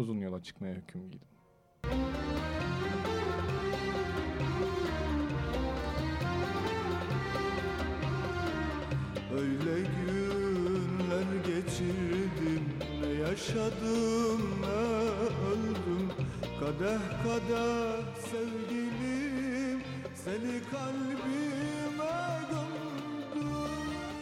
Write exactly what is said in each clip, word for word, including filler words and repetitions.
uzun yola çıkmaya hüküm giydim. Öyle günler geçirdim, ne yaşadım ne öldüm. Kadeh kadeh sevgilim, seni kalbime gömdüm.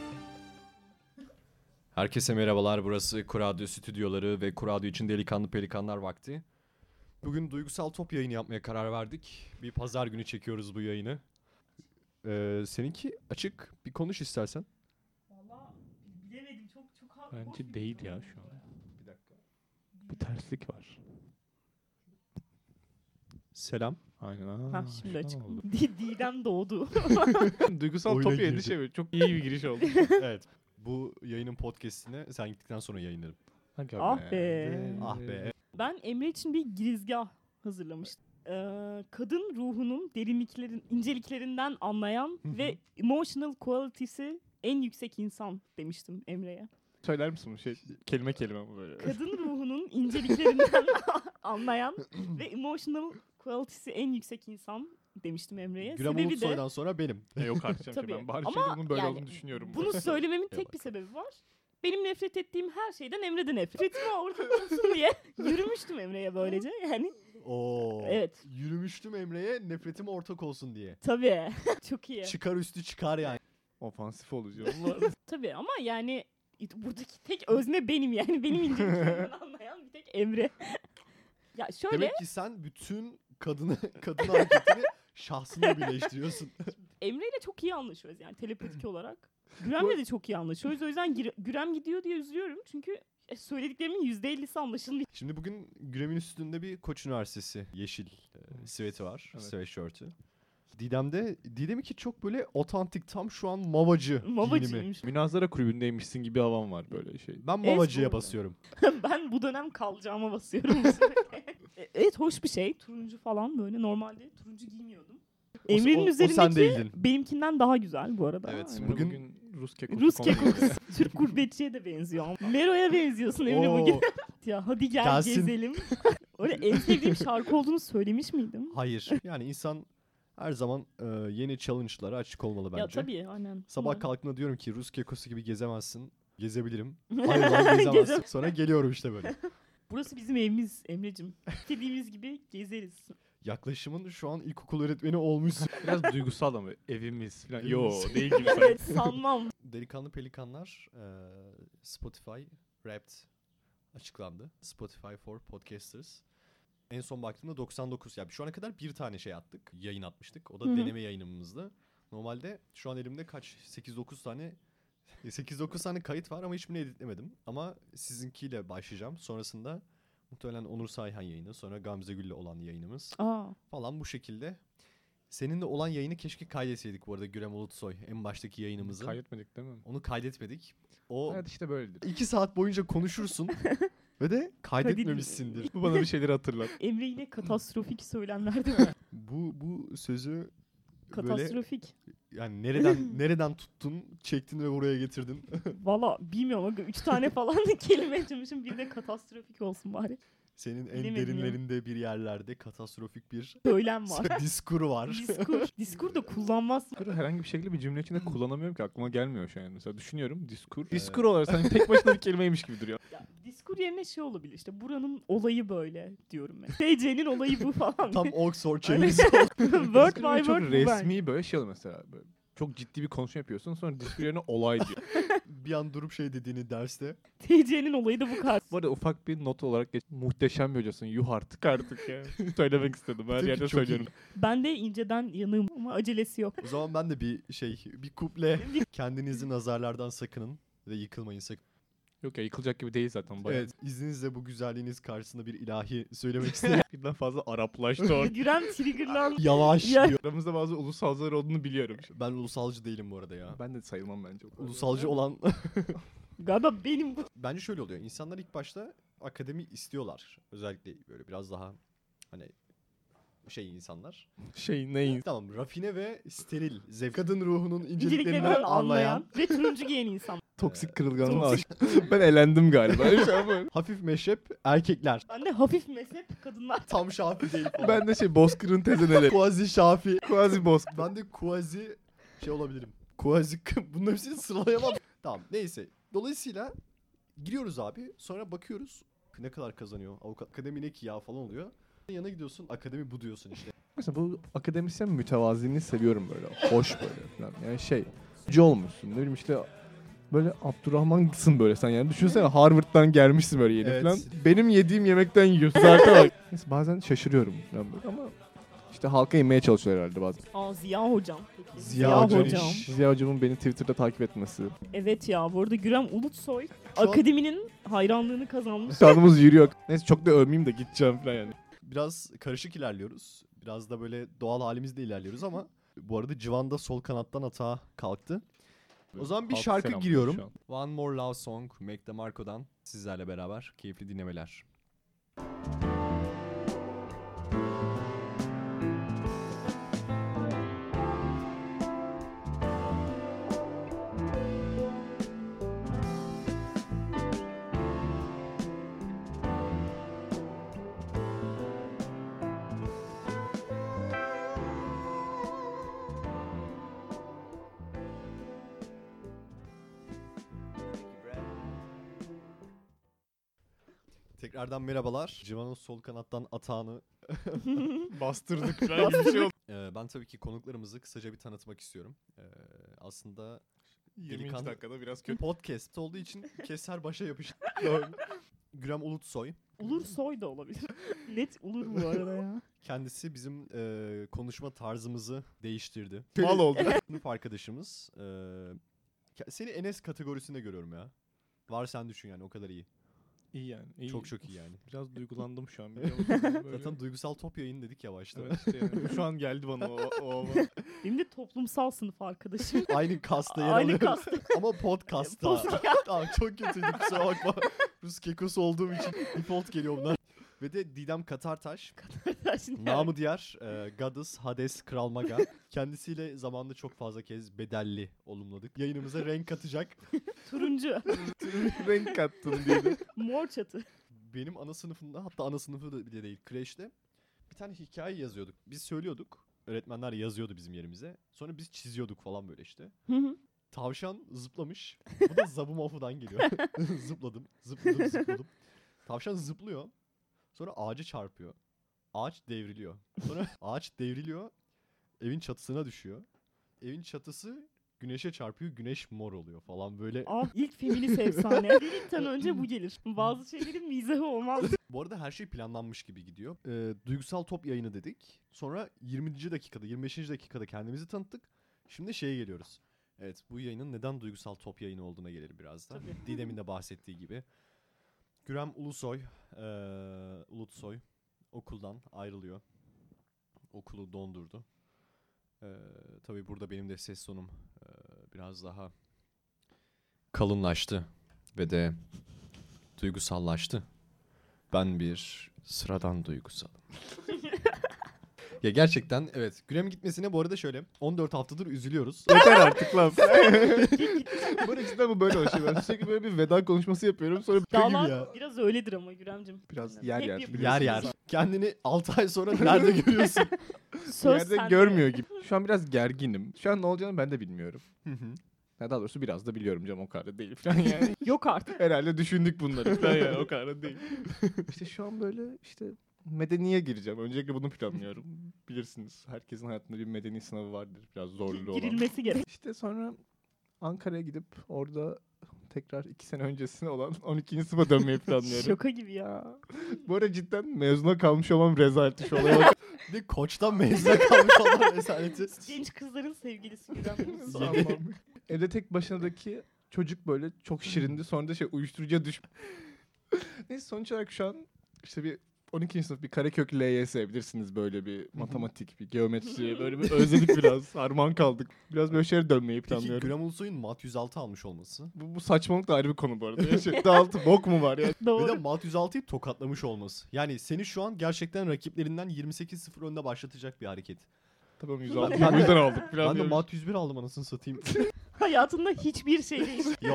Herkese merhabalar, burası Kuradyo Stüdyoları ve Kuradyo için Delikanlı Pelikanlar vakti. Bugün duygusal top yayını yapmaya karar verdik. Bir pazar günü çekiyoruz bu yayını. Ee, seninki açık, bir konuş istersen. Valla bilemedim, çok çok ha- hoş Bence bir değil konu ya oldu. şu an. Bir dakika. Bir terslik var. Selam. Aynen. Aa, Ha şimdi şu an açık. oldu. Di- Didem doğdu. Duygusal Oyuna top yayını girdi. şey çok iyi bir giriş oldu. Evet, bu yayının podcast'ine sen gittikten sonra yayınlarım. Ah be. Ah be. Ben Emre için bir girizgah hazırlamıştım. Ee, kadın ruhunun derinliklerin, inceliklerinden anlayan ve emotional quality'si en yüksek insan demiştim Emre'ye. Söyler misin bu şey kelime kelime mi böyle? Kadın ruhunun inceliklerinden anlayan ve emotional quality'si en yüksek insan demiştim Emre'ye. Gürem Sebebi de Ulutsoy'dan sonra benim. E, yok artık canım. Tabii. Ben bari Ama şeyde bunun böyle yani olduğunu düşünüyorum. bunu söylememin Yok. tek bir sebebi var. Benim nefret ettiğim her şeyden Emre'de nefret. Nefretime ortak olsun diye yürümüştüm Emre'ye böylece. Yani Oo. Evet. Yürümüştüm Emre'ye nefretime ortak olsun diye. tabii. Çok iyi. Çıkar üstü çıkar yani. Ofansif olacağım. Tabii ama yani buradaki tek özne benim yani. Benim inceliklerimden anlayan bir tek Emre. Ya şöyle. Demek ki sen bütün kadını kadın hareketini şahsına birleştiriyorsun. Emre ile çok iyi anlaşıyoruz yani telepatik olarak. Gürem'le de çok iyi anlaşıyoruz. O yüzden Gire- Gürem gidiyor diye üzülüyorum. Çünkü e, söylediklerimin yüzde ellisi anlaşılmıyor. Şimdi bugün Gürem'in üstünde bir Koç Üniversitesi yeşil e, siveti var. Evet. Sweatshirt'ü. Didem'de, Didem'inki çok böyle otantik, tam şu an mavacı giyinimi. Mavacıymış. Münazara kulübündeymişsin gibi havan var böyle şey. Ben mavacıya Evet, bu- basıyorum. Ben bu dönem kalacağıma basıyorum. E, evet hoş bir şey. Turuncu falan böyle. Normalde turuncu giymiyordum. O- Emre'nin o- o sen üzerindeki değildin. benimkinden daha güzel bu arada. Evet, Emre bugün- bugün, Rus kekosu. Rus falan. kekosu. Türk gurbetçiye de benziyor. Mero'ya benziyorsun Emre Oo, bugün. Ya hadi gel Gelsin. gezelim. Öyle en sevdiğim şarkı olduğunu söylemiş miydim? Hayır. Yani insan her zaman e, yeni challenge'lara açık olmalı bence. Ya tabii aynen. Sabah Ama- kalktığında diyorum ki Rus kekosu gibi gezemezsin. Gezebilirim. Hayır lan gezemezsin. Gezem- Sonra geliyorum işte böyle. Burası bizim evimiz Emre'cim. İstediğimiz gibi gezeriz. Yaklaşımın şu an ilkokul öğretmeni olmuş. Biraz duygusal ama evimiz falan. Yo Evimiz. değil gibi sanki. Evet sanmam. Delikanlı Pelikanlar e, Spotify Wrapped açıklandı. Spotify for Podcasters. En son baktığımda doksan dokuz. Yani şu ana kadar bir tane şey attık. Yayın atmıştık. O da Hı hı. deneme yayınımızdı. Normalde şu an elimde kaç? sekiz dokuz tane sekiz dokuz tane kayıt var ama hiçbirini editlemedim. Ama sizinkiyle başlayacağım. Sonrasında muhtemelen Onur Sayhan yayını, sonra Gamze Gül'le olan yayınımız Aa. falan bu şekilde. Seninle olan yayını keşke kaydetseydik bu arada, Gürem Ulutsoy, en baştaki yayınımızı. Kaydetmedik değil mi? Onu kaydetmedik. O Evet işte böyledir. iki saat boyunca konuşursun ve de kaydetmemişsindir. Bu bana bir şeyleri hatırlat. Emre yine katastrofik söylemler değil mi? Bu bu sözü böyle Katastrofik. yani nereden nereden tuttun, çektin ve buraya getirdin. Valla bilmiyorum ama üç tane falan da kelime açmışım. Bir de katastrofik olsun bari. Senin en Bilemedim ya. derinlerinde bir yerlerde katastrofik bir Söylem var. diskur var. Diskur. Diskur da kullanmaz. Diskur'u herhangi bir şekilde bir cümle içinde kullanamıyorum ki, aklıma gelmiyor şu an. Mesela düşünüyorum diskur. Evet. Diskur olarak sanki tek başına bir kelimeymiş gibi duruyor. Ya, diskur yerine şey olabilir işte buranın olayı böyle diyorum ben. S C'nin olayı bu falan. Tam Oxford Öyle. çevirisi. Word Diskur by böyle çok word bu ben. resmi böyle şey oluyor mesela. Böyle çok ciddi bir konuşma yapıyorsun, sonra diskur yerine olay diyor. Bir an durup şey dediğini derste. T C'nin olayı da bu kadar. Bu arada ufak bir not olarak geç. Muhteşem bir hocasın. Yuh artık artık ya. Söylemek istedim. Her Tabii yerde ki çok iyi. söylüyorum. Ben de inceden yanığım ama acelesi yok. O zaman ben de bir şey, bir kuple. Kendinizi nazarlardan sakının ve yıkılmayın sakın. Yok ya, yıkılacak gibi değil zaten. Bayağı. Evet, izninizle bu güzelliğiniz karşısında bir ilahi söylemek istedim. Birden fazla Araplaştı orada. Gürem triggerlan. Yavaş Ya- diyor. Aramızda bazı ulusalcılar olduğunu biliyorum. Ben ulusalcı değilim bu arada ya. Ben de sayılmam bence. o kadar. Ulusalcı olan... Galiba benim bu. Bence şöyle oluyor. İnsanlar ilk başta akademi istiyorlar. Özellikle böyle biraz daha hani şey insanlar. Şey neyin? Tamam, rafine ve steril. Zevk kadın ruhunun İnceliklerinden inceliklerinden anlayan anlayan. ve turuncu giyen insan. Toksik Ee, kırılganlığa toksik. aşık. Ben elendim galiba. Hafif meşrep erkekler. Ben de hafif mezhep kadınlar. Tam şafi değil falan. Ben de şey Bozkır'ın tezeneleri. Kuazi şafi. Kuazi boz. Ben de kuazi şey olabilirim. Kuazi bunların hepsini sıralayamam. Tamam neyse. Dolayısıyla giriyoruz abi. Sonra bakıyoruz. Ne kadar kazanıyor? Avukat akademi ne ki ya falan oluyor. Yanına gidiyorsun. Akademi bu diyorsun işte. Mesela bu akademisyen mütevaziliğini seviyorum böyle. Hoş böyle falan. Yani şey. Hoca olmuşsun. Ne bileyim işte böyle Abdurrahman'sın böyle sen yani. Düşünsene Harvard'dan gelmişsin böyle yeni Evet. falan. Benim yediğim yemekten yiyorsun. Zaten bak. Neyse, bazen şaşırıyorum falan böyle ama işte halka inmeye çalışıyorlar herhalde bazen. Aa Ziya hocam. Peki. Ziya hocam. Ziya hocamın beni Twitter'da takip etmesi. Evet ya bu arada Gürem Ulutsoy Şu an- akademinin hayranlığını kazanmış. Şanımız yürüyor. Neyse çok da övmeyeyim de gideceğim falan yani. Biraz karışık ilerliyoruz. Biraz da böyle doğal halimizde ilerliyoruz ama bu arada Civan da sol kanattan atağa kalktı. O zaman bir Halk şarkı selamlıyor giriyorum. şu an. One More Love Song, Mac DeMarco'dan sizlerle beraber keyifli dinlemeler. Tekrardan merhabalar. Civan'ın sol kanattan atağını Bastırdık falan gibi bir şey oldu. Ee, ben tabii ki konuklarımızı kısaca bir tanıtmak istiyorum. Ee, aslında yirminci Delikanlı- dakikada biraz kötü. podcast olduğu için keser başa yapıştı. Gürem Ulutsoy. Ulursoy da olabilir. Net Ulur bu arada ya. Kendisi bizim e, konuşma tarzımızı değiştirdi. Mal oldu. Sınıf arkadaşımız. E, ke- seni Enes kategorisinde görüyorum ya. Var sen düşün yani o kadar iyi. İyi yani. iyi. Çok çok iyi yani. Biraz duygulandım şu an biliyor musun? Böyle. Zaten duygusal top yayın dedik ya başta. Evet işte yani. Şu an geldi bana o, o hava. Benim de toplumsal sınıf arkadaşım. Aynı kasta yer Aynı alıyoruz. kasta. Ama podcast'ta. Podcast. Tamam çok kötüydü kusura bakma. Rus kekosu olduğum için default geliyor bunlar. Ve de Didem Katartaş. Şimdi Namı diğer e, Goddess Hades Kral Maga. Kendisiyle zamanında çok fazla kez bedelli olumladık. Yayınımıza renk katacak. turuncu. Renk kattın diye. Mor çatı. Benim ana sınıfımda hatta ana sınıfı da bile değil kreşte bir tane hikaye yazıyorduk. Biz söylüyorduk. Öğretmenler yazıyordu bizim yerimize. Sonra biz çiziyorduk falan böyle işte. Hı hı. Tavşan zıplamış. Bu da Zabumov'dan geliyor. Zıpladım, zıpladım, zıpladım. Tavşan zıplıyor. Sonra ağaca çarpıyor. Ağaç devriliyor. Sonra ağaç devriliyor. Evin çatısına düşüyor. Evin çatısı güneşe çarpıyor. Güneş mor oluyor falan böyle. Ah ilk feminist efsane. Dedikten önce bu gelir. Bazı şeylerin mizahı olmaz. Bu arada her şey planlanmış gibi gidiyor. Ee, duygusal top yayını dedik. Sonra yirminci dakikada, yirmi beşinci dakikada kendimizi tanıttık. Şimdi şeye geliyoruz. Evet bu yayının neden duygusal top yayını olduğuna gelir biraz da. Tabii. Didem'in de bahsettiği gibi. Gürem Ulusoy, ee, Ulutsoy okuldan ayrılıyor. Okulu dondurdu. Ee, tabii burada benim de ses tonum ee, biraz daha kalınlaştı ve de duygusallaştı. Ben bir sıradan duygusalım. Ya gerçekten evet. Gürem'in gitmesine bu arada şöyle on dört haftadır üzülüyoruz. Yeter artık lan. Böyle cidden bu böyle hoşuma. Ben sürekli böyle bir veda konuşması yapıyorum sonra Dağlar ya. biraz öyledir ama Güremcim. biraz yer Hep yer. yapıyorsun. Yer yer. Kendini altı ay sonra nerede görüyorsun? Söz Yerde sende. görmüyor gibi. Şu an biraz gerginim. Şu an ne olacağını ben de bilmiyorum. Hı hı. Ya daha doğrusu biraz da biliyorum canım o kadar da değil falan yani. Yok artık. Herhalde düşündük bunları falan yani o kadar da değil. İşte şu an böyle işte medeniye gireceğim. Öncelikle bunu planlıyorum. Bilirsiniz herkesin hayatında bir medeni sınavı vardır. Biraz zorlu olan. Girilmesi gerek. İşte sonra Ankara'ya gidip orada tekrar iki sene öncesine olan on ikinci sınıfa dönmeyi planlıyorum. Şaka gibi ya. Bu arada cidden mezuna kalmış olmam rezaleti şu olaya bak. Bir de koçtan mezuna kalmış olan rezaleti. Genç kızların sevgilisi Gürem. Sanmam. Evde tek başınadaki çocuk böyle çok şirindi. Sonra da şey uyuşturucuya düş. Neyse sonuç olarak şu an işte bir on ikinci sınıf bir karekök L Y S bilirsiniz böyle bir matematik, bir geometri böyle bir özledik biraz. Harman kaldık. Biraz böyle şeylere dönmeyi Peki planlıyorum. Gürem Ulusoy'un Mat yüz altı almış olması. Bu, bu saçmalık da ayrı bir konu bu arada. Gerçekten altı bok mu var ya? Ve de Doğru. Mat yüz altıyı tokatlamış olması. Yani seni şu an gerçekten rakiplerinden yirmi sekiz sıfır önde başlatacak bir hareket. Tabii yüz altı. Ben de- Bu yüzden aldık. Biraz Ben de diyoruz. Mat yüz bir aldım anasını satayım. Hayatında hiçbir şey değişti. Yo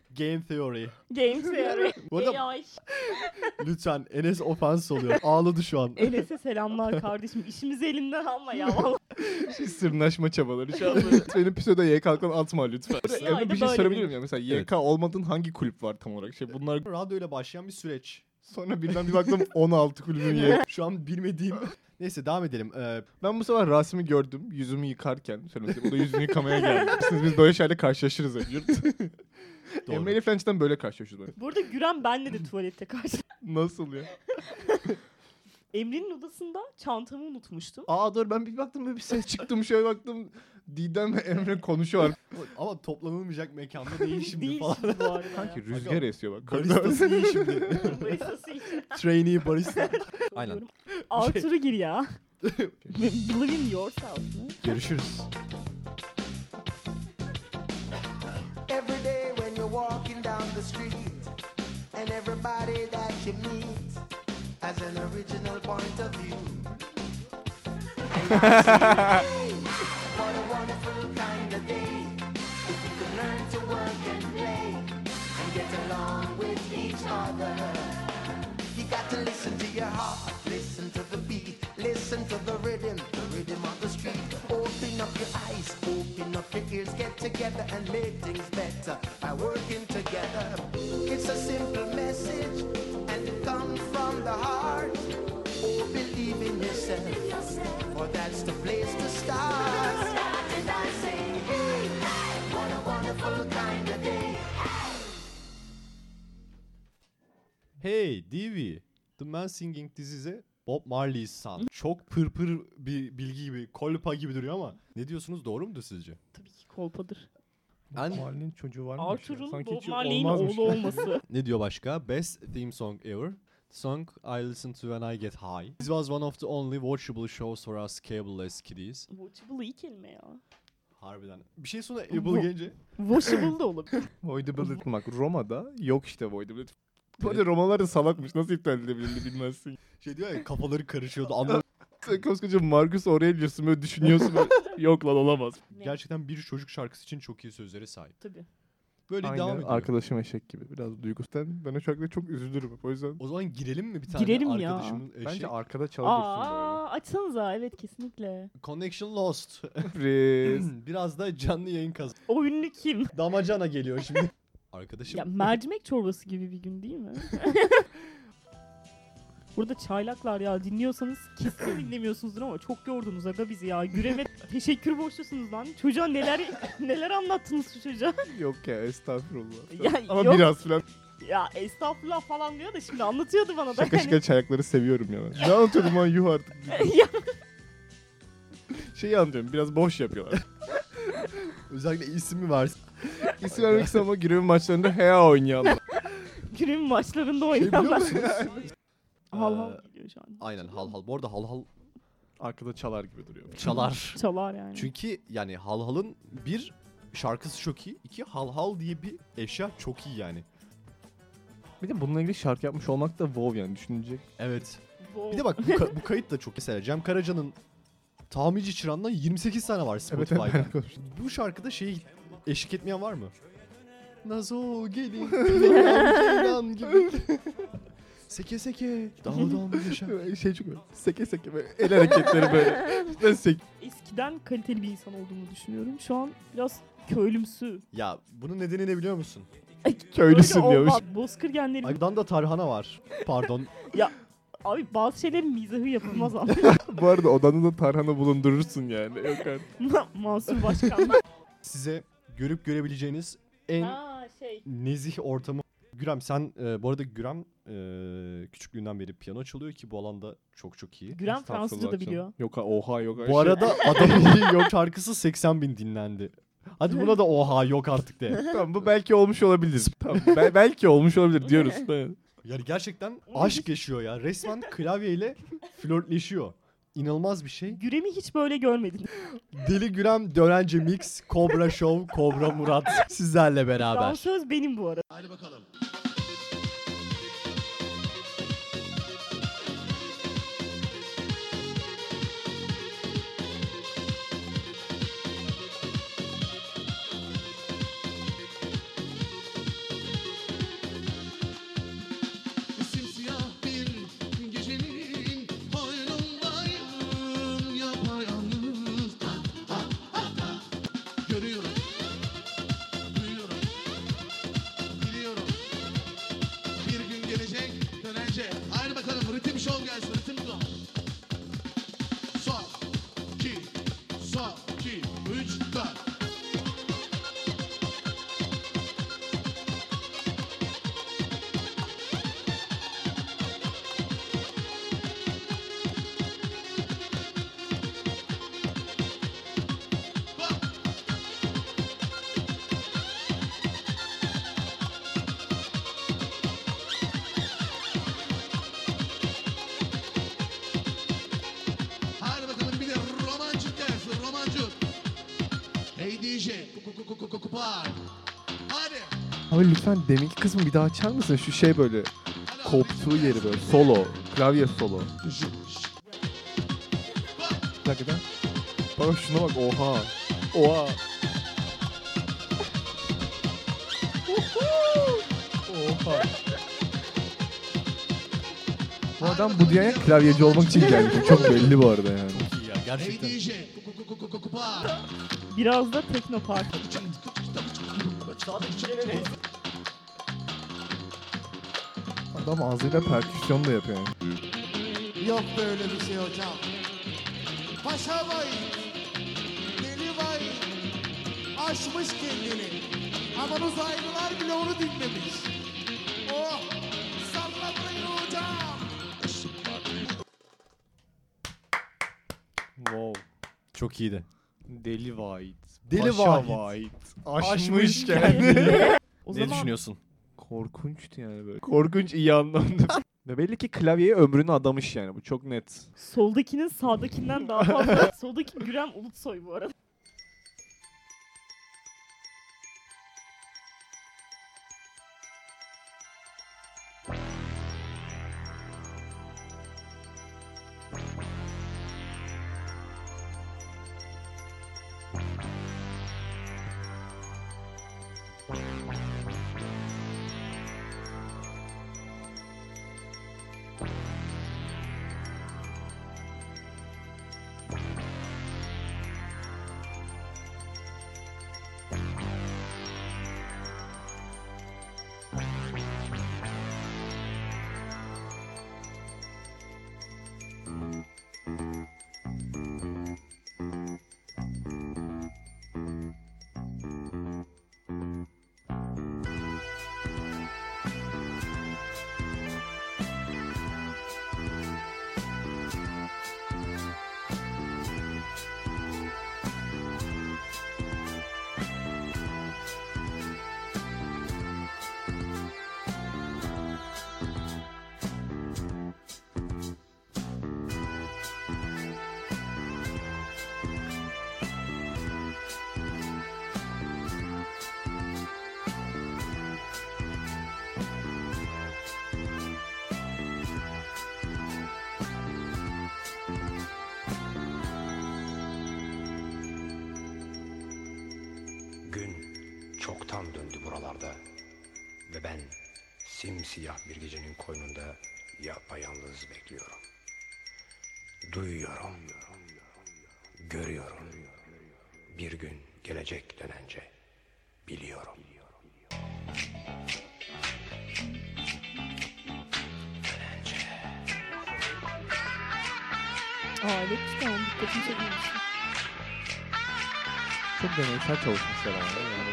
Game Theory. Game Theory. Bu arada A I. lütfen Enes ofans oluyor. Ağladı şu an. Enes'e selamlar kardeşim. İşimizi elinden alma ya. Vallahi. Şey, sırnaşma çabaları şu anda. Benim pseudo Y K'dan atma lütfen. Bir Emre ayda bir şey böyle sorabilir bir- miyim ya? Mesela Evet. Y K olmadığın hangi kulüp var tam olarak? Şey bunlar Radyo ile başlayan bir süreç. sonra birden bir baktım on altı kulübün Y. Şu an bilmediğim. Neyse devam edelim. Ee, Ben bu sefer Rasim'i gördüm. Yüzümü yıkarken. Söyledim. O da yüzünü yıkamaya geldi. Siz biz böyle şeylerle karşılaşırız hep. Yurt. doğru. Emre ile falan cidden böyle karşılaşıyoruz. Bu arada Güren benle de tuvalette karşı. Nasıl ya? Emre'nin odasında çantamı unutmuştum. Aa dur ben bir baktım böyle bir ses çıktım şöyle baktım. Didem ve Emre konuşuyor. Ama toplanılmayacak mekanda değil şimdi Değil falan. şimdi bu arada. Kanki ya. rüzgar esiyor bak. Baristası iyi şimdi. Baristası iyi. Trainee barista. Aynen. Arthur'u gir ya. Believe in yourself. mı? Görüşürüz. Every day when you're walking down the street, and everybody that you meet has an original point of view. And I say, hey, what a wonderful kind of day. If you can learn to work and play and get along with each other. You got to listen to your heart, listen to the beat, listen to the rhythm, the rhythm of the street. Open up your eyes, open up your ears, get together and make things better by working together. It's a simple message and it comes from the heart. Oh, believe in yourself, for that's the place to start. And I say, hey, what a wonderful kind of day. Hey D V. The Man Singing This Is a Bob Marley's Son. Çok pırpır bir bilgi gibi, kolpa gibi duruyor ama ne diyorsunuz, doğru mudur sizce? Tabii ki kolpadır. Ben- Mahallenin çocuğu var mı? Arthur'un Sanki Bob hiç Marley'in olmazmış oğlu gibi. olması. Ne diyor başka? Best theme song ever. The song I listen to when I get high. This was one of the only watchable shows for us cable-less kiddies. Watchable iyi kelime ya. Harbiden. Bir şey sonra able Bu- gelince. Watchable da olabilir. Voidability bak Roma'da yok işte Voidability. Bu arada Evet. Romalılar da salakmış. Nasıl iptal edilebilirdi bilmezsin. Şey diyor ya, kafaları karışıyordu. Anlam Sen koskoca Marcus Aurelius'un böyle düşünüyorsun böyle. Yok lan olamaz. Ne? Gerçekten bir çocuk şarkısı için çok iyi sözlere sahip. Tabii. Böyle devam Aynen ediyor. arkadaşım eşek gibi. Biraz duygusal. Ben o şarkıda çok üzülürüm. O yüzden O zaman girelim mi bir tane Girelim ya. arkadaşımın eşi? bence arkada çalabilirsin Aa, açsanıza evet kesinlikle. Connection lost. böyle. Friz. Biraz da canlı yayın kaz. O ünlü kim? Damacana geliyor şimdi. Arkadaşım. Ya mercimek çorbası gibi bir gün değil mi? Burada çaylaklar ya, dinliyorsanız kesin dinlemiyorsunuzdur ama çok yordunuz aga bizi ya. Gürem'e teşekkür borçlusunuz lan. Çocuğa neler neler anlattınız şu çocuğa. Yok ya estağfurullah. Ya Ama yok. biraz falan. Ya estağfurullah falan diyor da şimdi anlatıyordu bana da. Şaka yani. şaka çayakları seviyorum ya ben. Ne anlatıyordum lan yuh artık. Ya, Şeyi anlıyorum biraz boş yapıyorlar. Özellikle ismi var. İsim vermek istemem ama Gürev'in maçlarında Hea oynayanlar. Gürem'in maçlarında Şey biliyor oynayanlar. musunuz? Hal hal Ee, geliyor şu an. Aynen hal hal. Bu arada hal hal Arkada çalar gibi duruyor. çalar. Çalar yani. Çünkü yani hal halın bir şarkısı çok iyi. İki hal hal diye bir eşya çok iyi yani. Bir de bununla ilgili şarkı yapmış olmak da wow yani düşünecek. Evet. Wow. Bir de bak bu, ka- bu kayıt da çok mesela Cem Karaca'nın Tamirci Çıran'dan yirmi sekiz tane var Evet Spotify'da. evet ben konuştum. Bu şarkıda şeyi eşlik etmeyen var mı? Nazo gelin Ceylan gibi. Seke seke dağdan yaşa. Şey çok seke seke böyle el hareketleri böyle. İşte sek. Eskiden kaliteli bir insan olduğumu düşünüyorum. Şu an biraz köylümsü. Ya bunun nedeni ne biliyor musun? Köylüsün Öyle diyormuş. olmaz. Bozkır genleri. Aydan da tarhana var. Pardon. Abi bazı şeylerin mizahı yapılmaz ama. Bu arada odanda da tarhana bulundurursun yani. Yok artık. Mansur Başkan. Size görüp görebileceğiniz en Ha şey. nezih ortamı. Gürem sen e, bu arada Gürem e, küçüklüğünden beri piyano çalıyor ki bu alanda çok çok iyi. Güren Fransızca da Estağfurullah biliyor. canım. Yok ha oha yok. Bu arada adamın yok şarkısı seksen bin dinlendi. Hadi buna da oha yok artık de. Tamam bu belki olmuş olabilir. Tamam, bel- belki olmuş olabilir diyoruz. Evet. Yani gerçekten aşk yaşıyor ya. Resmen klavyeyle flörtleşiyor. İnanılmaz bir şey. Gürem'i hiç böyle görmedim. Deli Gürem Dörence Mix, Cobra Show, Cobra Murat sizlerle beraber. Dansöz benim bu arada. Hadi bakalım. ritim show gelsin, ritim show. Sol, iki, sol, iki, üç, dört. Hadi bakalım bir de romancık gelsin, romancık. Hey D J, kuku kuku kuku kupar. Hadi. Abi lütfen deminki kısmı bir daha açar mısın? Şu şey böyle koptuğu yeri böyle solo, klavye solo. Bir dakika. Bak şuna bak, oha. Oha. Oha. Bu adam bu dünyaya klavyeci olmak için geldi. Bu çok belli bu arada yani. Çok iyi ya Hey gerçekten. D J, kuku kuku kuku kupar. Biraz da tekno park. Adam ağzıyla perküsyon da yapıyor yani. Yok böyle bir şey hocam. Paşa vay, deli vay, aşmış kendini. Aman uzaylılar bile onu dinlemiş. Oh, sallatmayın hocam. Wow. Çok iyiydi. Deli White. Deli Paşa White. Aşmış Aşmış kendini. O Ne zaman düşünüyorsun? Korkunçtu yani böyle. Korkunç iyi anlamda. Ve belli ki klavyeye ömrünü adamış yani. Bu çok net. soldakinin sağdakinden daha fazla. Soldaki Gürem Ulutsoy bu arada. Gün çoktan döndü buralarda ve ben simsiyah bir gecenin koynunda yapayalnız bekliyorum. Duyuyorum, görüyorum. Bir gün gelecek dönence biliyorum. Dönence. Aa evet tamam dikkatimi çekmemiştim. Çok deneysel çalışmışlar ama yani.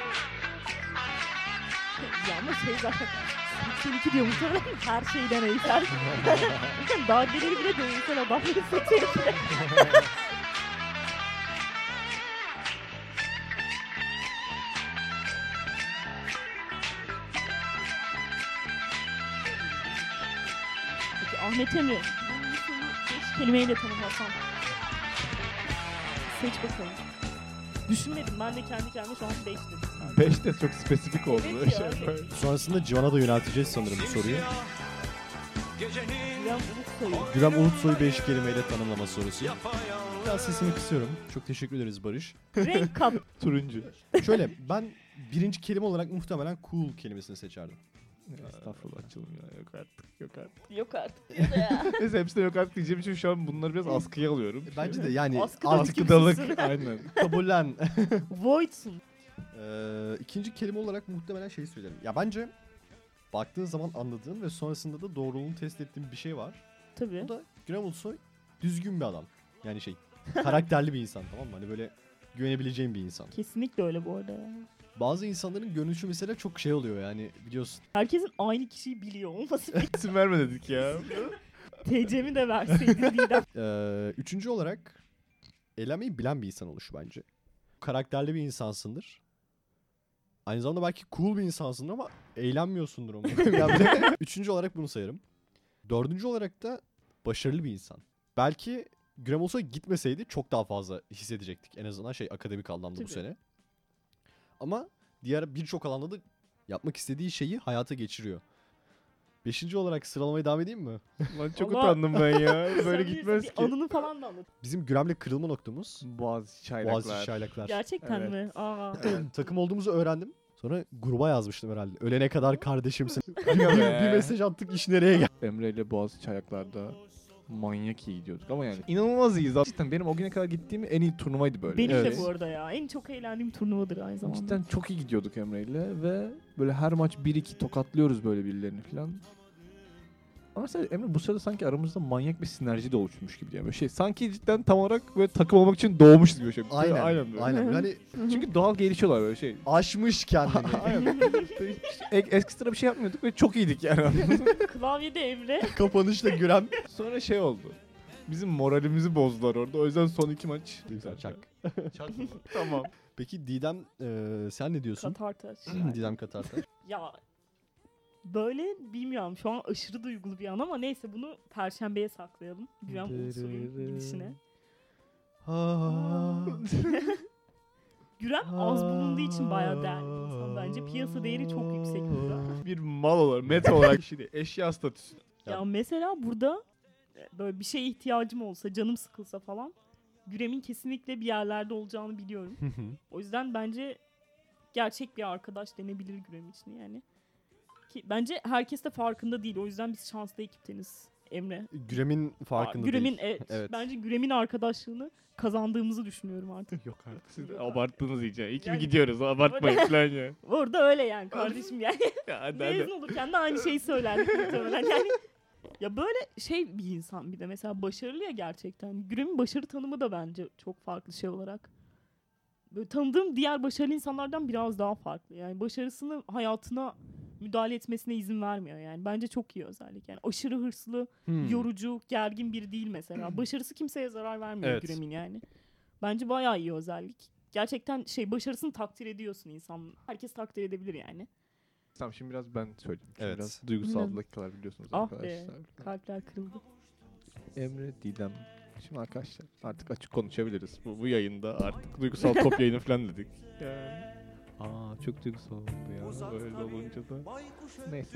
Ya ama şey zaten seksen iki diyor muhtemelen her şey deneysel. Daha deleri bile deneysel adamları seksen iki. Peki Ahmet Emre, ben insanı beş kelimeyle tanımlasam. Seç bakalım. Düşünmedim, ben de kendi kendime şu an beş dedim sadece. Beş de çok spesifik oldu. Evet ya, Şey evet. böyle. Sonrasında Civan'a da yönelteceğiz sanırım bu soruyu. Gürem Ulutsoy'u. Gürem Ulutsoy beş kelimeyle tanımlama sorusu. Biraz sesini kısıyorum. Çok teşekkür ederiz Barış. Renk kat. Turuncu. Şöyle ben birinci kelime olarak muhtemelen cool kelimesini seçerdim. Estağfurullah canım ya, yok artık yok artık. Yok artık. Neyse hepsine yok artık diyeceğim için şu an bunları biraz askıya alıyorum. Bence de yani Askıda artık Askıdalık hükümsüzsün. aynen. kabullen. Void'sun. Ee, ikinci kelime olarak muhtemelen şeyi söylerim. Ya bence baktığın zaman anladığın ve sonrasında da doğruluğunu test ettiğin bir şey var. Tabii. O da Gürem Ulusoy düzgün bir adam. Yani şey karakterli bir insan, tamam mı? Hani böyle güvenebileceğin bir insan. Kesinlikle öyle bu arada ya. Bazı insanların görünüşü mesela çok şey oluyor yani, biliyorsun. Herkesin aynı kişiyi biliyor olması. İsim verme dedik ya. T C'mi de verseydin Didem. Ee, üçüncü olarak eğlenmeyi bilen bir insan oluşu bence. Karakterli bir insansındır. Aynı zamanda belki cool bir insansındır ama eğlenmiyorsundur ama. Yani üçüncü olarak bunu sayarım. Dördüncü olarak da başarılı bir insan. Belki Gürem Ulusoy gitmeseydi çok daha fazla hissedecektik. En azından şey akademik anlamda Tabii. bu sene. Ama diğer birçok alanda da yapmak istediği şeyi hayata geçiriyor. Beşinci olarak sıralamaya devam edeyim mi? Lan çok Allah. utandım ben ya. Sen Böyle bilirsin, gitmez bir ki. Anını falan da anlat. Bizim Gürem'le kırılma noktamız Boğaziçi çaylaklar. Boğaziçi Çaylaklar. Gerçekten Evet. mi? Aa. Takım olduğumuzu öğrendim. Sonra gruba yazmıştım herhalde. Ölene kadar kardeşimsin. bir, Aga bir, be. bir mesaj attık, iş nereye geldi? Emre ile Boğaziçi çaylaklarda manyak iyi gidiyorduk ama yani inanılmaz iyiyiz. Cidden benim o güne kadar gittiğim en iyi turnuvaydı böyle. Benim Evet. de bu arada ya. En çok eğlendiğim turnuvadır aynı zamanda. Cidden çok iyi gidiyorduk Emre ile ve böyle her maç bir iki tokatlıyoruz böyle birilerini falan. Ama mesela Emre bu sırada sanki aramızda manyak bir sinerji de oluşmuş gibi yani. Böyle şey sanki cidden tam olarak böyle takım olmak için doğmuşuz gibi şey. Böyle Aynen. aynen böyle. Aynen. Yani Çünkü doğal gelişiyorlar böyle şey. aşmış kendini. Aynen. Böyle ek- ekstra bir şey yapmıyorduk ve çok iyiydik yani. Klavyede Emre. Kapanışta Gürem. Sonra şey oldu. Bizim moralimizi bozdular orada. O yüzden son iki maç. Çak. Çak. Tamam. Peki Didem, e, sen ne diyorsun? Katartaş. Didem Katartaş. Ya böyle bilmiyorum şu an aşırı duygulu bir an ama neyse bunu Perşembe'ye saklayalım. Gürem Ulusoy'un gidişine. Gürem az bulunduğu için bayağı değerli bir insan. Bence piyasa değeri çok yüksek burada. Bir mal olarak, meta olarak kişi değil. Eşya statüsü. Ya mesela burada e, böyle bir şeye ihtiyacım olsa, canım sıkılsa falan Gürem'in kesinlikle bir yerlerde olacağını biliyorum. O yüzden bence gerçek bir arkadaş denebilir Gürem için yani. Ki bence herkes de farkında değil. O yüzden biz şanslı ekipteniz Emre. Gürem'in farkında Gürem'in, değil. evet, Evet. Bence Gürem'in arkadaşlığını kazandığımızı düşünüyorum artık. Yok artık. Siz Yok. abarttınız iyice. İyi ki Yani- mi gidiyoruz? Abartmayın falan ya. Orada öyle yani kardeşim yani. Ya hadi Mezun hadi. olurken de aynı şeyi söylerdik muhtemelen yani. Ya böyle şey bir insan bir de mesela başarılı ya gerçekten. Gürem'in başarı tanımı da bence çok farklı şey olarak. Böyle tanıdığım diğer başarılı insanlardan biraz daha farklı. Yani başarısını hayatına müdahale etmesine izin vermiyor yani. Bence çok iyi özellik. Yani aşırı hırslı, Hmm. yorucu, gergin biri değil mesela. Başarısı kimseye zarar vermiyor Evet. Gürem'in yani. Bence bayağı iyi özellik. Gerçekten şey başarısını takdir ediyorsun insan. Herkes takdir edebilir yani. Tamam şimdi biraz ben söyleyeyim. Şimdi Evet. Biraz duygusal Hı. dakikalar biliyorsunuz Ah arkadaşlar. be. Kalpler kırıldı. Emre, Didem. Şimdi arkadaşlar artık açık konuşabiliriz. Bu, bu yayında artık duygusal top yayını falan dedik. Yani. Aa çok duygusal oldu ya. Böyle olunca da. Neyse.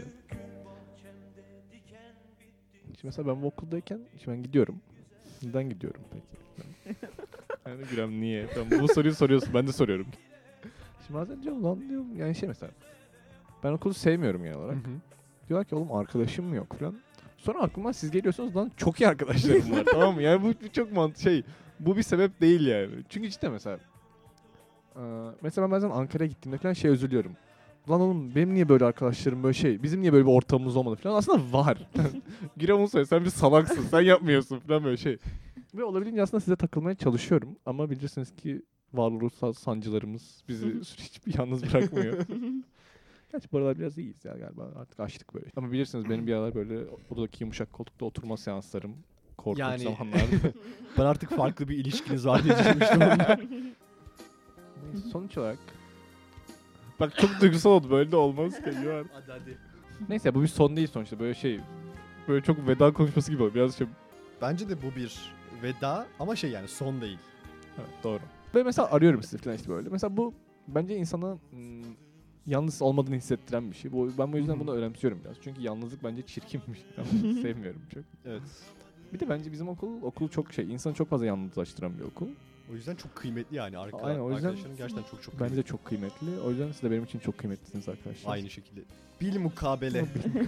Şimdi mesela ben bu okuldayken şimdi ben gidiyorum. Neden gidiyorum peki? Yani Gürem niye? Tamam, bu soruyu soruyorsun. Ben de soruyorum. Şimdi bazen diyorum lan diyorum yani şey mesela. Ben okulu sevmiyorum genel olarak. Diyorlar ki oğlum arkadaşım mı yok falan. Sonra aklıma siz geliyorsunuz lan çok iyi arkadaşlarım var tamam mı? Yani bu, bu çok mant şey bu bir sebep değil yani. Çünkü cidden mesela eee, mesela ben bazen Ankara'ya gittiğimde falan şey üzülüyorum. Lan oğlum benim niye böyle arkadaşlarım böyle şey bizim niye böyle bir ortamımız olmadı falan aslında var. Gürem Ulusoy sen bir salaksın sen yapmıyorsun falan böyle şey. Ve olabildiğince aslında size takılmaya çalışıyorum ama bilirsiniz ki varoluşsal sancılarımız bizi hiçbir yalnız bırakmıyor. Gerçi bu aralar biraz iyiyiz ya galiba artık açtık böyle. Ama bilirsiniz benim bir aralar böyle buradaki yumuşak koltukta oturma seanslarım korkunç Yani- zamanlarda. Ben artık farklı bir ilişkiniz var diye düşünmüştüm ondan. Neyse, sonuç olarak bak çok duygusal oldu böyle de olmaz ki. You are- Hadi hadi. Neyse bu bir son değil sonuçta böyle şey böyle çok veda konuşması gibi oldu biraz şey. Bence de bu bir veda ama şey yani son değil. Evet, doğru. Ve mesela arıyorum sizi falan işte böyle. Mesela bu bence insana mm, yalnız olmadığını hissettiren bir şey. Bu, ben bu yüzden Hı hı. bunu önemsiyorum biraz. Çünkü yalnızlık bence çirkinmiş. Ben sevmiyorum çok. Evet. Bir de bence bizim okul okul çok şey insanı çok fazla yalnızlaştıran bir okul. O yüzden çok kıymetli yani. Arka, Aynen, o yüzden- arkadaşların gerçekten çok çok Bence kıymetli. de çok kıymetli. O yüzden siz de benim için çok kıymetlisiniz arkadaşlar. Aynı şekilde. Bil mukabele.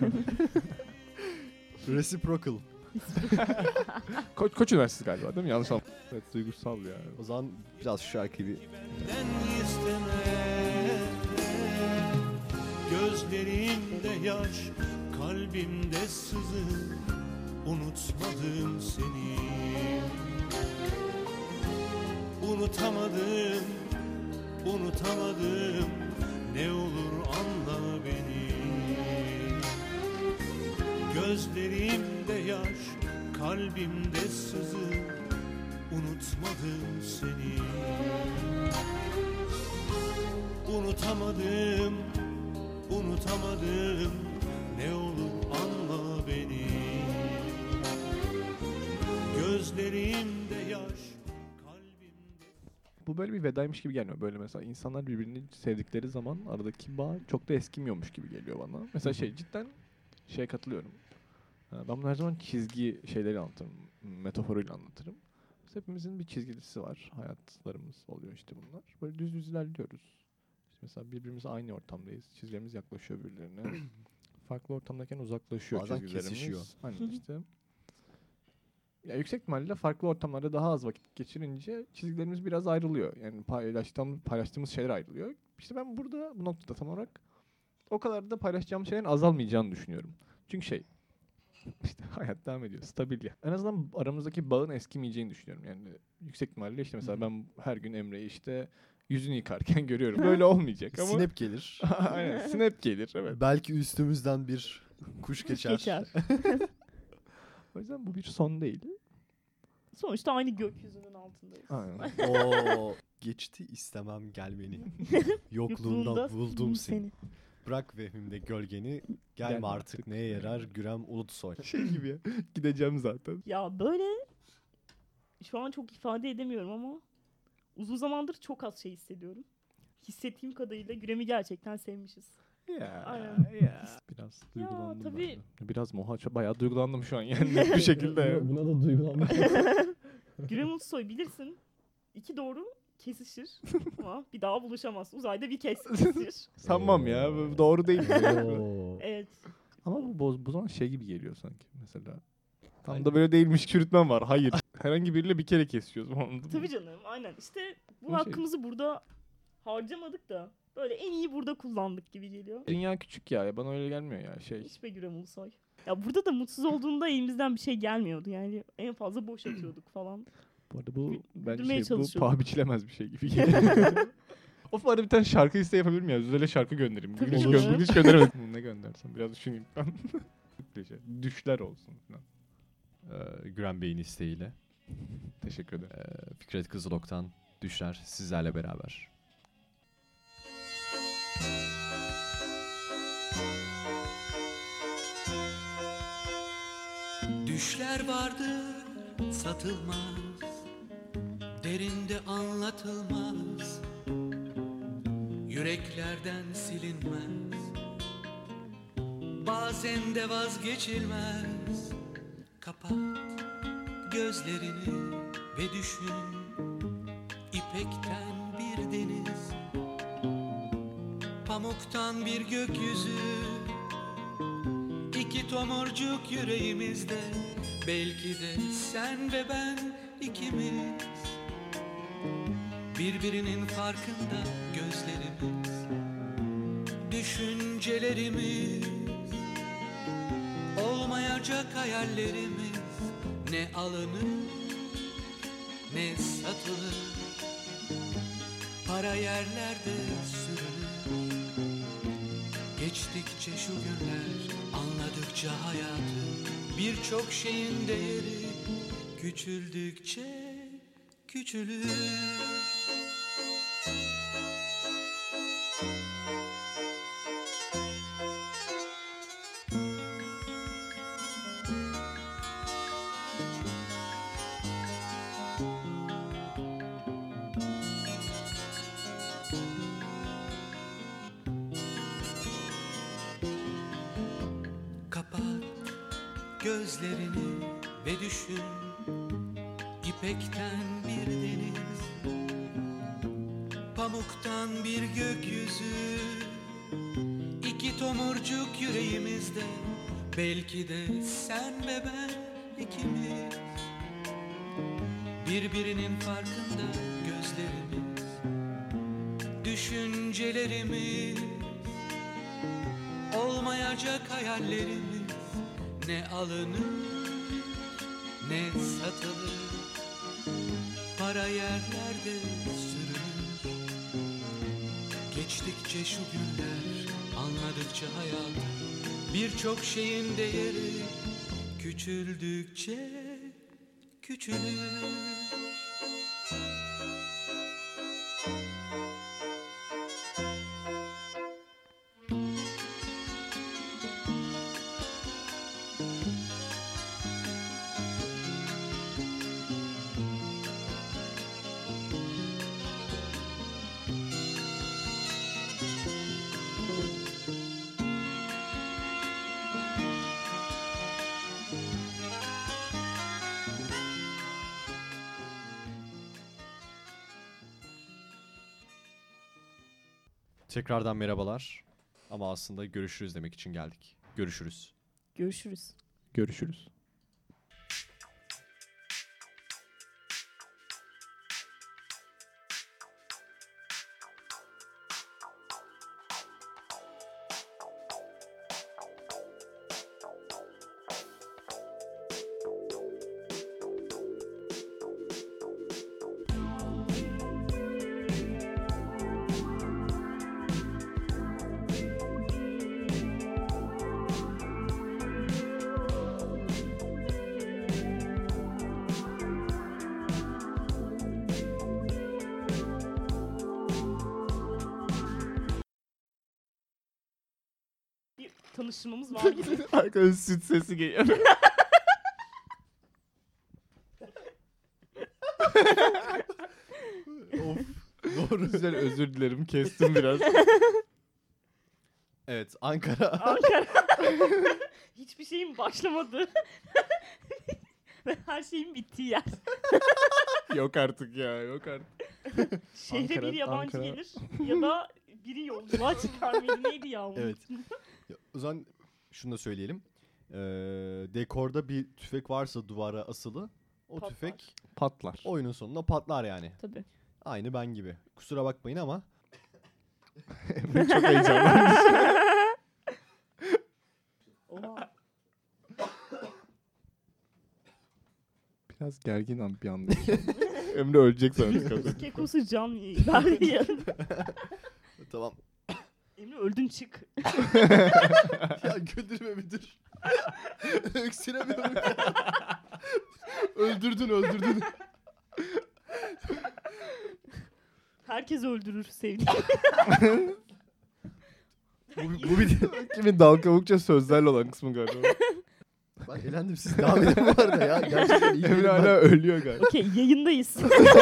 Reciprocal. Ko- Koç Üniversitesi galiba değil mi? Yanlış anlamadım. Evet duygusal ya. O zaman biraz şu şarkıyı bir... Benden isteme, Gözlerimde yaş, kalbimde sızı, unutmadım seni. Unutamadım, unutamadım, ne olur anla beni. Gözlerimde yaş, kalbimde sızı, unutmadım seni. Unutamadım, unutamadım, ne olur anla beni. Gözlerimde yaş, kalbimde... Bu böyle bir vedaymış gibi gelmiyor. Böyle mesela insanlar birbirini sevdikleri zaman aradaki bağ çok da eskimiyormuş gibi geliyor bana. Mesela şey cidden şeye katılıyorum. Ha, ben bunu her zaman çizgi şeyleri anlatırım. Metaforuyla anlatırım. Mesela hepimizin bir çizgisi var. Hayatlarımız oluyor işte bunlar. Böyle düz düz ilerliyoruz. İşte mesela birbirimize aynı ortamdayız. Çizgilerimiz yaklaşıyor birbirlerine. Farklı ortamdayken uzaklaşıyor Bazen çizgilerimiz. kesişiyor. Aynen işte. Ya yüksek ihtimalle farklı ortamlarda daha az vakit geçirince çizgilerimiz biraz ayrılıyor. Yani paylaştığımız, paylaştığımız şeyler ayrılıyor. İşte ben burada bu noktada tam olarak o kadar da paylaşacağım şeylerin azalmayacağını düşünüyorum. Çünkü şey işte hayat devam ediyor. Stabil ya. En azından aramızdaki bağın eskimeyeceğini düşünüyorum. Yani yüksek ihtimalle işte mesela ben her gün Emre'yi işte yüzünü yıkarken görüyorum. Böyle olmayacak ama. Snap gelir. Aynen snap gelir evet. Belki üstümüzden bir kuş geçer. Geçer. O yüzden bu bir son değil. Sonuçta aynı gökyüzünün altındayız. Aynen. Oo, geçti istemem gelmeni. Yokluğunda Yokluğunda buldum seni. Bırak vehmimde gölgeni. Gelme Gelme artık, artık. neye yarar Gürem Ulutsoy. Şey gibi ya. Gideceğim zaten. Ya böyle şu an çok ifade edemiyorum ama uzun zamandır çok az şey hissediyorum. Hissettiğim kadarıyla Gürem'i gerçekten sevmişiz. Ya, Aynen. ya. Biraz duygulandım ben tabii. de. Biraz moha, bayağı duygulandım şu an yani net bir şekilde. Buna da duygulanmak. Gürem Ulutsoy bilirsin. İki doğru kesişir ama bir daha buluşamaz. Uzayda bir kez kesişir. Sanmam ya, bu doğru değil. Oo. Evet. Ama bu, boz, bu zaman şey gibi geliyor sanki mesela. Tam da böyle değilmiş, çürütmem var. Hayır. Herhangi biriyle bir kere kesiyoruz. anladın mı? Tabii canım aynen. İşte bu Bu şey- hakkımızı burada harcamadık da böyle en iyi burada kullandık gibi geliyor. Dünya küçük ya, bana öyle gelmiyor ya şey. Hiç be Gürem Ulusoy. Ya burada da mutsuz olduğunda elimizden bir şey gelmiyordu. Yani en fazla boş atıyorduk falan. Bu arada bu bence güldürmeye şey, bu çalışıyorum. paha biçilemez bir şey gibi geliyor. Of arada bir tane şarkı isteği yapabilir miyim ya? Üzerine şarkı göndereyim. Bugün Tabii hiç, canım. gö- bugün hiç gönderemedim. Ne göndersem biraz düşüneyim ben. Bir şey. Düşler olsun falan. Ee, Gürem Bey'in isteğiyle. Teşekkür ederim. Ee, Fikret Kızılok'tan Düşler sizlerle beraber. Düşler vardır satılmaz, derinde anlatılmaz, yüreklerden silinmez, bazen de vazgeçilmez. Kapat gözlerini ve düşün, ipekten bir deniz, pamuktan bir gökyüzü, İki tomurcuk yüreğimizde, belki de sen ve ben ikimiz. Birbirinin farkında gözlerimiz, düşüncelerimiz, olmayacak hayallerimiz. Ne alınır ne satılır, para yerlerde sürünür. Geçtikçe şu günler, anladıkça hayatı, birçok şeyin değeri küçüldükçe küçülür. Kapat gözlerini ve düşün, ipekten bir deniz, pamuktan bir gökyüzü, iki tomurcuk yüreğimizde, belki de sen ve ben ikimiz. Birbirinin farkında gözlerimiz, düşüncelerimiz, olmayacak hayallerimiz ne alınır ne satılır. Para yerlerde sürünür. Geçtikçe şu günler, anladıkça hayat, birçok şeyin değeri küçüldükçe küçülür. Tekrardan merhabalar. Ama aslında görüşürüz demek için geldik. Görüşürüz. Görüşürüz. Görüşürüz. Bir tanışmamız var gibi. Arkadan süt sesi geliyor. Of. Doğru. Güzel, özür dilerim, kestim biraz. Evet, Ankara. Ankara. Hiçbir şeyin başlamadı. Ve her şeyin bittiği yer. Yok artık ya, yok artık. Şehre Ankara, bir yabancı Ankara. gelir ya da biri yolculuğa çıkar mıydı, neydi ya? Unuttum. Evet. Ya, o zaman şunu da söyleyelim. Ee, dekorda bir tüfek varsa duvara asılı, o Patlar. tüfek Patlar. oyunun sonunda patlar yani. Tabii. Aynı ben gibi. Kusura bakmayın ama Emre çok heyecanlanmış. Oha. Biraz gergin an bir anda. Emre ölecek sanırım kadın. Kekosu can verdi ya. tamam. Emre öldün, çık. Ya güldürme müdür. Öksüremiyorum ya. öldürdün öldürdün. Herkes öldürür sevdiğini. bu, bu bir Kimin dal kavukça sözlerle olan kısmı galiba. Ben elendim, siz devam edin bu arada ya. Gerçekten iyi Emre değilim hala ben. ölüyor galiba. Okey, yayındayız.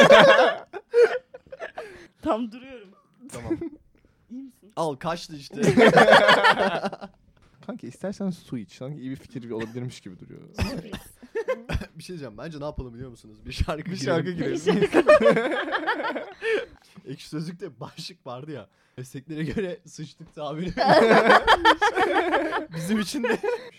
Tam duruyorum. Tamam. İyi misin? Al kaçtı işte. Kanka istersen su iç. Sanki iyi bir fikir olabilirmiş gibi duruyor. bir şey diyeceğim. Bence ne yapalım biliyor musunuz? Bir şarkı Bir şarkı girelim. girelim. Ekşi Sözlük'te başlık vardı ya. Mesleklere göre sıçtık tabiri. Bizim için de